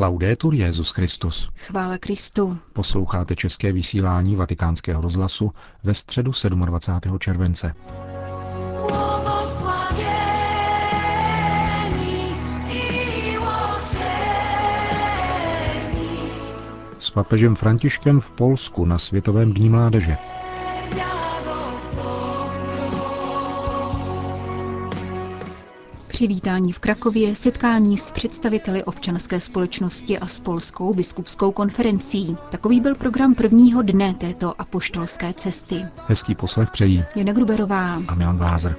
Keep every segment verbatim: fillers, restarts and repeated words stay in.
Laudetur Jesus Christus. Chvála Kristu. Posloucháte české vysílání Vatikánského rozhlasu ve středu dvacátého sedmého července. S papežem Františkem v Polsku na Světovém dní mládeže. Přivítání v Krakově, setkání s představiteli občanské společnosti a s Polskou biskupskou konferencí. Takový byl program prvního dne této apoštolské cesty. Hezký poslech přejí Jana Gruberová a Milan Glázer.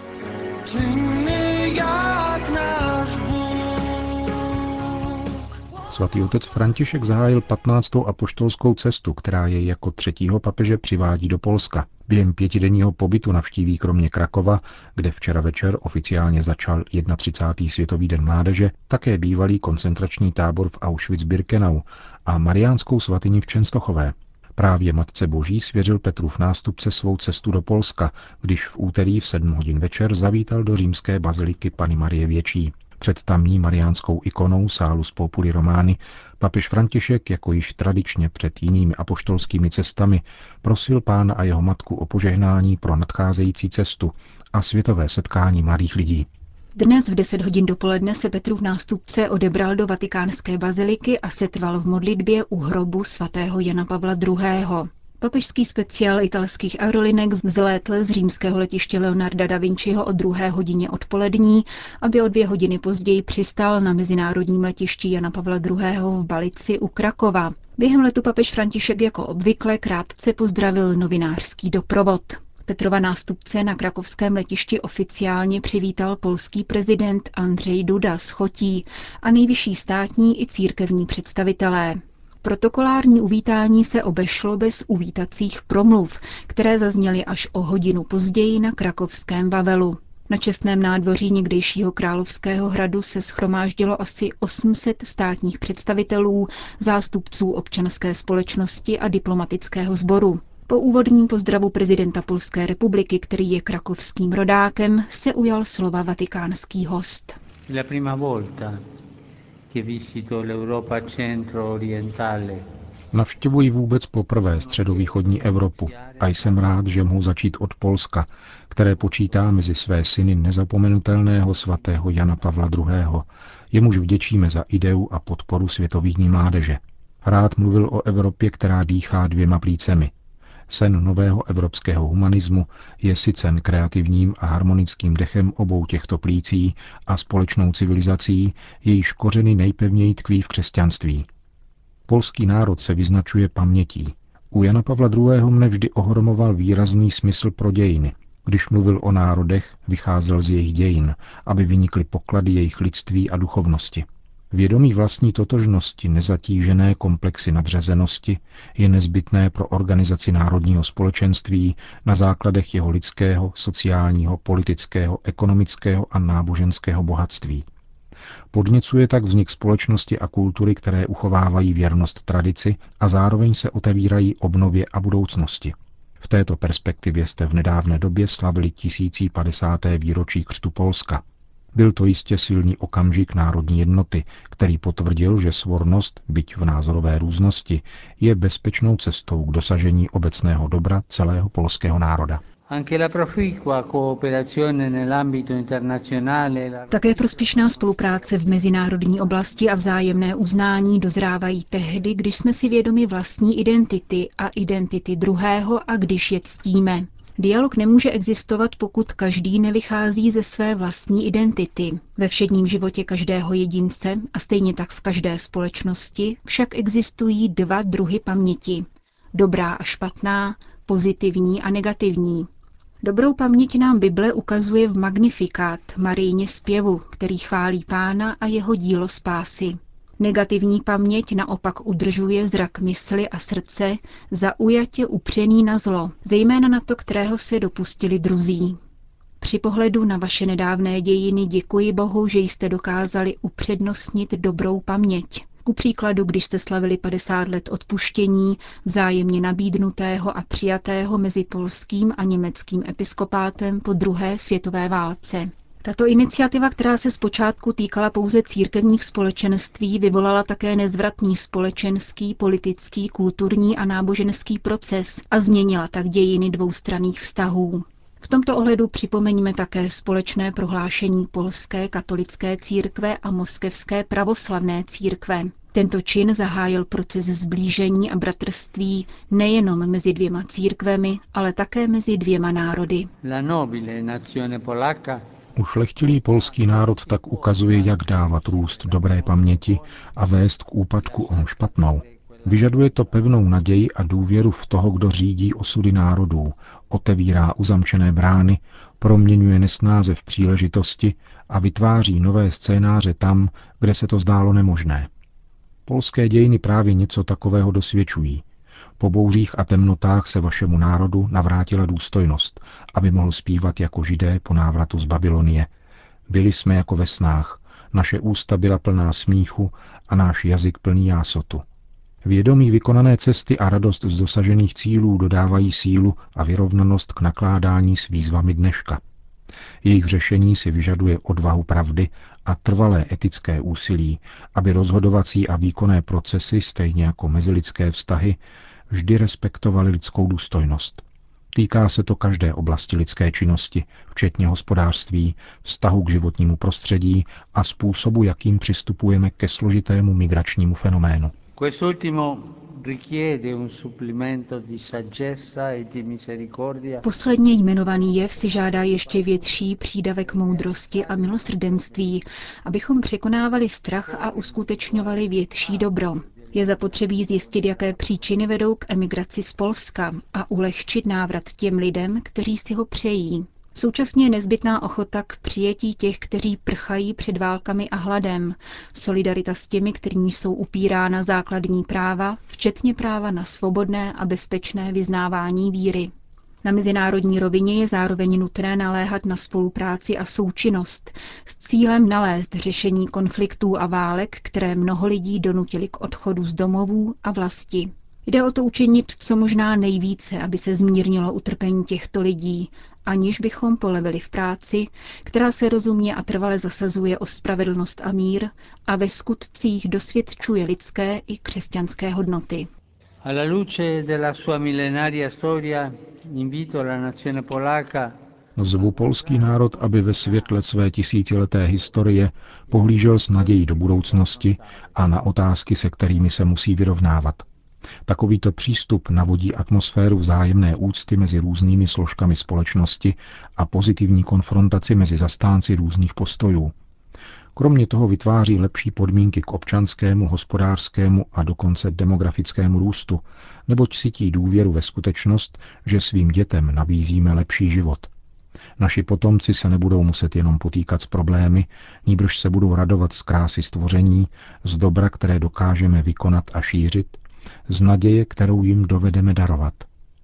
Svatý otec František zahájil patnáctou apoštolskou cestu, která jej jako třetího papeže přivádí do Polska. Během pětidenního pobytu navštíví kromě Krakova, kde včera večer oficiálně začal třicátý první Světový den mládeže, také bývalý koncentrační tábor v Auschwitz-Birkenau a mariánskou svatyni v Čenstochové. Právě Matce Boží svěřil Petrův nástupce svou cestu do Polska, když v úterý v sedm hodin večer zavítal do římské baziliky Panny Marie Větší. Před tamní mariánskou ikonou Salus Populi Romani papež František, jako již tradičně před jinými apoštolskými cestami, prosil Pána a jeho matku o požehnání pro nadcházející cestu a světové setkání mladých lidí. Dnes v deset hodin dopoledne se Petrův nástupce odebral do vatikánské baziliky a setrval v modlitbě u hrobu svatého Jana Pavla druhého. Papežský speciál italských aerolinek vzlétl z římského letiště Leonarda da Vinciho o druhé hodině odpolední, aby o dvě hodiny později přistál na mezinárodním letišti Jana Pavla druhého. v Balici u Krakova. Během letu papež František jako obvykle krátce pozdravil novinářský doprovod. Petrova nástupce na krakovském letišti oficiálně přivítal polský prezident Andrzej Duda z Chotí a nejvyšší státní i církevní představitelé. Protokolární uvítání se obešlo bez uvítacích promluv, které zazněly až o hodinu později na krakovském Wawelu. Na čestném nádvoří někdejšího královského hradu se shromáždilo asi osm set státních představitelů, zástupců občanské společnosti a diplomatického sboru. Po úvodním pozdravu prezidenta Polské republiky, který je krakovským rodákem, se ujal slova vatikánský host. La prima volta che visito l'Europa centro-orientale. Navštěvuji vůbec poprvé středovýchodní Evropu a jsem rád, že mohu začít od Polska, které počítá mezi své syny nezapomenutelného svatého Jana Pavla druhého. Jemuž vděčíme za ideu a podporu světových dní mládeže. Rád mluvil o Evropě, která dýchá dvěma plícemi. Sen nového evropského humanismu je sycen kreativním a harmonickým dechem obou těchto plící a společnou civilizací, jejíž kořeny nejpevněji tkví v křesťanství. Polský národ se vyznačuje pamětí. U Jana Pavla druhého. mne vždy ohromoval výrazný smysl pro dějiny. Když mluvil o národech, vycházel z jejich dějin, aby vynikly poklady jejich lidství a duchovnosti. Vědomí vlastní totožnosti, nezatížené komplexy nadřazenosti, je nezbytné pro organizaci národního společenství na základech jeho lidského, sociálního, politického, ekonomického a náboženského bohatství. Podněcuje tak vznik společnosti a kultury, které uchovávají věrnost tradici a zároveň se otevírají obnově a budoucnosti. V této perspektivě jste v nedávné době slavili tisící padesáté výročí křtu Polska. Byl to jistě silný okamžik národní jednoty, který potvrdil, že svornost, byť v názorové různosti, je bezpečnou cestou k dosažení obecného dobra celého polského národa. Také prospěšná spolupráce v mezinárodní oblasti a vzájemné uznání dozrávají tehdy, když jsme si vědomi vlastní identity a identity druhého a když je ctíme. Dialog nemůže existovat, pokud každý nevychází ze své vlastní identity. Ve všedním životě každého jedince a stejně tak v každé společnosti však existují dva druhy paměti. Dobrá a špatná, pozitivní a negativní. Dobrou paměť nám Bible ukazuje v Magnifikát, Marijně zpěvu, který chválí Pána a jeho dílo spásy. Negativní paměť naopak udržuje zrak mysli a srdce zaujatě upřený na zlo, zejména na to, kterého se dopustili druzí. Při pohledu na vaše nedávné dějiny děkuji Bohu, že jste dokázali upřednostnit dobrou paměť. Ku příkladu, když jste slavili padesát let odpuštění, vzájemně nabídnutého a přijatého mezi polským a německým episkopátem po druhé světové válce. Tato iniciativa, která se zpočátku týkala pouze církevních společenství, vyvolala také nezvratný společenský, politický, kulturní a náboženský proces a změnila tak dějiny dvoustranných vztahů. V tomto ohledu připomeňme také společné prohlášení polské katolické církve a moskevské pravoslavné církve. Tento čin zahájil proces sblížení a bratrství nejenom mezi dvěma církvemi, ale také mezi dvěma národy. Ušlechtilý polský národ tak ukazuje, jak dávat růst dobré paměti a vést k úpadku onu špatnou. Vyžaduje to pevnou naději a důvěru v toho, kdo řídí osudy národů, otevírá uzamčené brány, proměňuje nesnáze v příležitosti a vytváří nové scénáře tam, kde se to zdálo nemožné. Polské dějiny právě něco takového dosvědčují. Po bouřích a temnotách se vašemu národu navrátila důstojnost, aby mohl zpívat jako Židé po návratu z Babylonie. Byli jsme jako ve snách, naše ústa byla plná smíchu a náš jazyk plný jásotu. Vědomí vykonané cesty a radost z dosažených cílů dodávají sílu a vyrovnanost k nakládání s výzvami dneška. Jejich řešení si vyžaduje odvahu pravdy a trvalé etické úsilí, aby rozhodovací a výkonné procesy, stejně jako mezilidské vztahy, vždy respektovaly lidskou důstojnost. Týká se to každé oblasti lidské činnosti, včetně hospodářství, vztahu k životnímu prostředí a způsobu, jakým přistupujeme ke složitému migračnímu fenoménu. Posledně jmenovaný jev si žádá ještě větší přídavek moudrosti a milosrdenství, abychom překonávali strach a uskutečňovali větší dobro. Je zapotřebí zjistit, jaké příčiny vedou k emigraci z Polska a ulehčit návrat těm lidem, kteří si ho přejí. Současně je nezbytná ochota k přijetí těch, kteří prchají před válkami a hladem, solidarita s těmi, kterým jsou upírána základní práva, včetně práva na svobodné a bezpečné vyznávání víry. Na mezinárodní rovině je zároveň nutné naléhat na spolupráci a součinnost s cílem nalézt řešení konfliktů a válek, které mnoho lidí donutily k odchodu z domovů a vlasti. Jde o to učinit co možná nejvíce, aby se zmírnilo utrpení těchto lidí, aniž bychom polevili v práci, která se rozumně a trvale zasazuje o spravedlnost a mír a ve skutcích dosvědčuje lidské i křesťanské hodnoty. Alla luce della sua millenaria storia, invito la nazione polacca. Zvu polský národ, aby ve světle své tisícileté historie pohlížel s nadějí do budoucnosti a na otázky, se kterými se musí vyrovnávat. Takovýto přístup navodí atmosféru vzájemné úcty mezi různými složkami společnosti a pozitivní konfrontaci mezi zastánci různých postojů. Kromě toho vytváří lepší podmínky k občanskému, hospodářskému a dokonce demografickému růstu, neboť cítí důvěru ve skutečnost, že svým dětem nabízíme lepší život. Naši potomci se nebudou muset jenom potýkat s problémy, nýbrž se budou radovat z krásy stvoření, z dobra, které dokážeme vykonat a šířit, z naděje, kterou jim dovedeme darovat.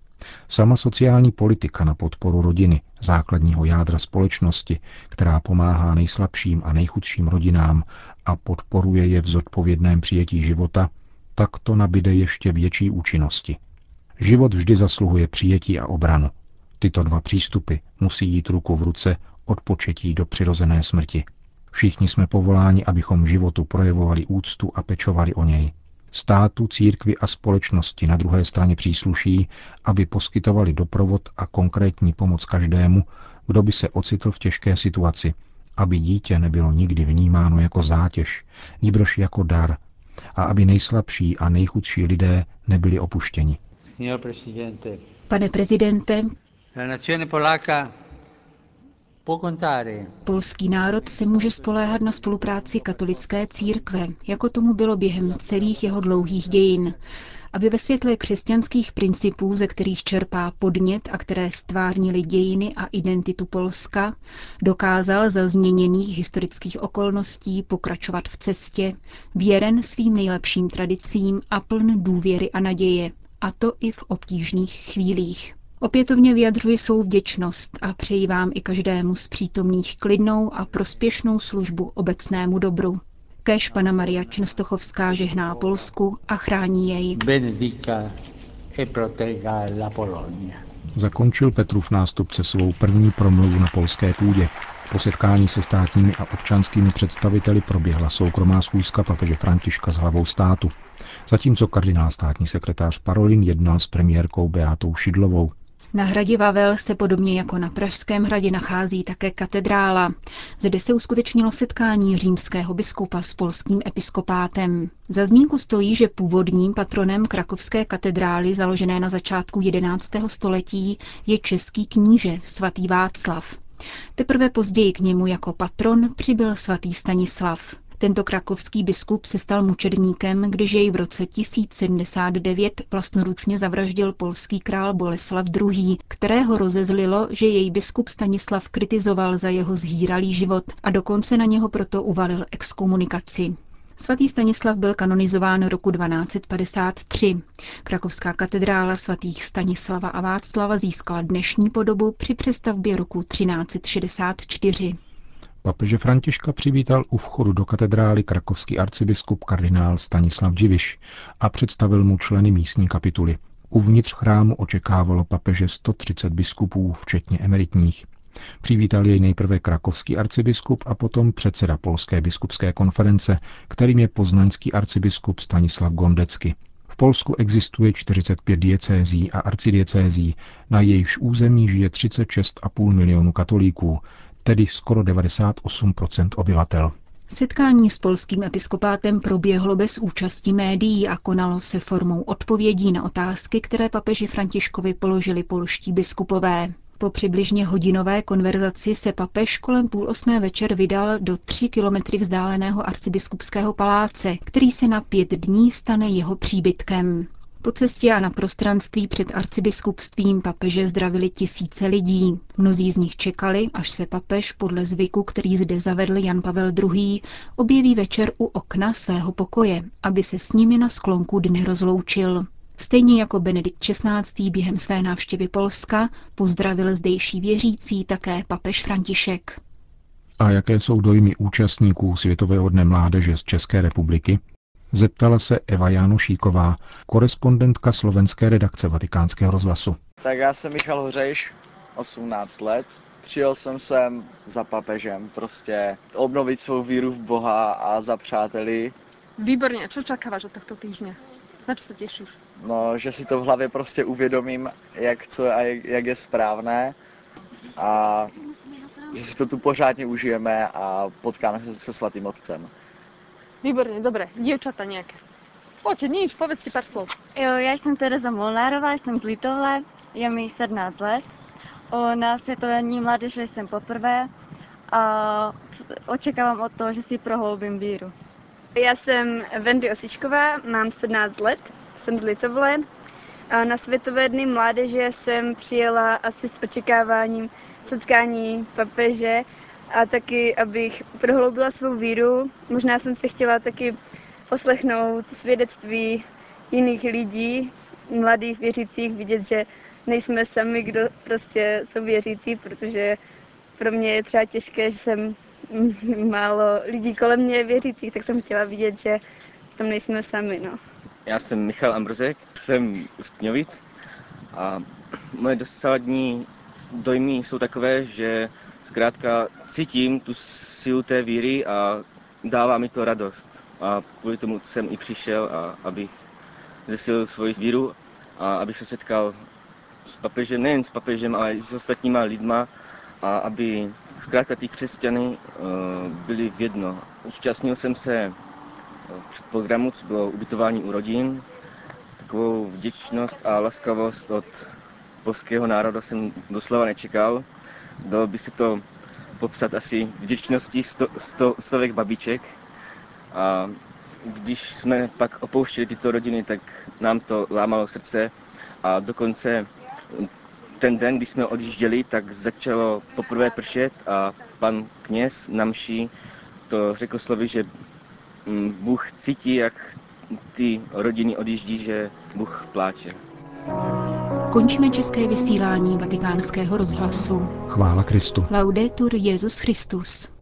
Sama sociální politika na podporu rodiny, základního jádra společnosti, která pomáhá nejslabším a nejchudším rodinám a podporuje je v zodpovědném přijetí života, takto nabyde ještě větší účinnosti. Život vždy zasluhuje přijetí a obranu. Tyto dva přístupy musí jít ruku v ruce od početí do přirozené smrti. Všichni jsme povoláni, abychom životu projevovali úctu a pečovali o něj. Státu, církvi a společnosti na druhé straně přísluší, aby poskytovali doprovod a konkrétní pomoc každému, kdo by se ocitl v těžké situaci, aby dítě nebylo nikdy vnímáno jako zátěž, nýbrž jako dar, a aby nejslabší a nejchudší lidé nebyli opuštěni. Pane prezidente, la nazione polacca polský národ se může spoléhat na spolupráci katolické církve, jako tomu bylo během celých jeho dlouhých dějin, aby ve světle křesťanských principů, ze kterých čerpá podnět a které stvárnily dějiny a identitu Polska, dokázal za změněných historických okolností pokračovat v cestě, věren svým nejlepším tradicím a pln důvěry a naděje, a to i v obtížných chvílích. Opětovně vyjadřuji svou vděčnost a přeji vám i každému z přítomných klidnou a prospěšnou službu obecnému dobru. Kéž Panna Maria Čenstochovská žehná Polsku a chrání jej. Benedica e protegga la Polonia. Zakončil Petrův nástupce svou první promluvu na polské půdě. Po setkání se státními a občanskými představiteli proběhla soukromá schůzka papeže Františka s hlavou státu, zatímco kardinál státní sekretář Parolin jednal s premiérkou Beatou Šidlovou. Na hradě Vavel se podobně jako na Pražském hradě nachází také katedrála. Zde se uskutečnilo setkání římského biskupa s polským episkopátem. Za zmínku stojí, že původním patronem krakovské katedrály, založené na začátku jedenáctého století, je český kníže svatý Václav. Teprve později k němu jako patron přibyl svatý Stanislav. Tento krakovský biskup se stal mučedníkem, když jej v roce tisíc sedmdesát devět vlastnoručně zavraždil polský král Boleslav druhý., kterého rozezlilo, že jej biskup Stanislav kritizoval za jeho zhýralý život a dokonce na něho proto uvalil exkomunikaci. Svatý Stanislav byl kanonizován roku dvanáct set padesát tři. Krakovská katedrála svatých Stanislava a Václava získala dnešní podobu při přestavbě roku třináct set šedesát čtyři. Papeže Františka přivítal u vchodu do katedrály krakovský arcibiskup kardinál Stanislav Dziwisz a představil mu členy místní kapituly. Uvnitř chrámu očekávalo papeže sto třicet biskupů, včetně emeritních. Přivítal jej nejprve krakovský arcibiskup a potom předseda Polské biskupské konference, kterým je poznaňský arcibiskup Stanislav Gondecky. V Polsku existuje čtyřicet pět diecézí a arcidiecézí, na jejichž území žije třicet šest a půl milionu katolíků, tedy skoro devadesát osm procent obyvatel. Setkání s polským episkopátem proběhlo bez účasti médií a konalo se formou odpovědí na otázky, které papeži Františkovi položili polští biskupové. Po přibližně hodinové konverzaci se papež kolem půl osmé večer vydal do tři kilometry vzdáleného arcibiskupského paláce, který se na pět dní stane jeho příbytkem. Po cestě a na prostranství před arcibiskupstvím papeže zdravili tisíce lidí. Mnozí z nich čekali, až se papež podle zvyku, který zde zavedl Jan Pavel druhý., objeví večer u okna svého pokoje, aby se s nimi na sklonku dne rozloučil. Stejně jako Benedikt šestnáctý. Během své návštěvy Polska pozdravil zdejší věřící také papež František. A jaké jsou dojmy účastníků Světového dne mládeže z České republiky? Zeptala se Eva Jánošíková, korespondentka slovenské redakce Vatikánského rozhlasu. Tak já jsem Michal Hořejš, osmnáct let. Přijel jsem sem za papežem, prostě obnovit svou víru v Boha a za přáteli. Výborně, čo čakáváš od tohto týždňa? Na čo sa tešíš? No, že si to v hlavě prostě uvědomím, jak, co a jak, jak je správné a že si to tu pořádně užijeme a potkáme se se svatým otcem. Výborne, dobre. Dievčatá nejaké. Poďte, nič, povedzte pár slov. Jo, já jsem Tereza Molnárová, jsem z Litovle, je mi sedmnáct let. O, na Světové dní mládeže jsem poprvé a očekávám od toho, že si prohloubím víru. Já jsem Wendy Osičková, mám sedmnáct let, jsem z Litovle. A na Světové dny mládeže jsem přijela asi s očekáváním setkání papeže a taky, abych prohloubila svou víru. Možná jsem se chtěla taky poslechnout svědectví jiných lidí, mladých věřících, vidět, že nejsme sami, kdo prostě jsou věřící, protože pro mě je třeba těžké, že jsem málo lidí kolem mě věřících, tak jsem chtěla vidět, že v tom nejsme sami. No. Já jsem Michal Ambrzek, jsem z Kňovic a moje dosavadní dojmy jsou takové, že zkrátka cítím tu sílu té víry a dává mi to radost. A kvůli tomu jsem i přišel, a abych zesilil svoji víru a abych se setkal s papežem, nejen s papežem, ale i s ostatníma lidma a aby zkrátka ty křesťany uh, byli v jedno. Účastnil jsem se před programu, co bylo ubytování u rodin. Takovou vděčnost a laskavost od polského národa jsem doslova nečekal. Dalo by se to popsat asi vděčností sto, sto, stovek babiček. A když jsme pak opouštěli tyto rodiny, tak nám to lámalo srdce a dokonce ten den, když jsme odjížděli, tak začalo poprvé pršet a pan kněz na mši to řekl slovy, že Bůh cítí, jak ty rodiny odjíždí, že Bůh pláče. Končíme české vysílání Vatikánského rozhlasu. Chvála Kristu. Laudetur Jesus Christus.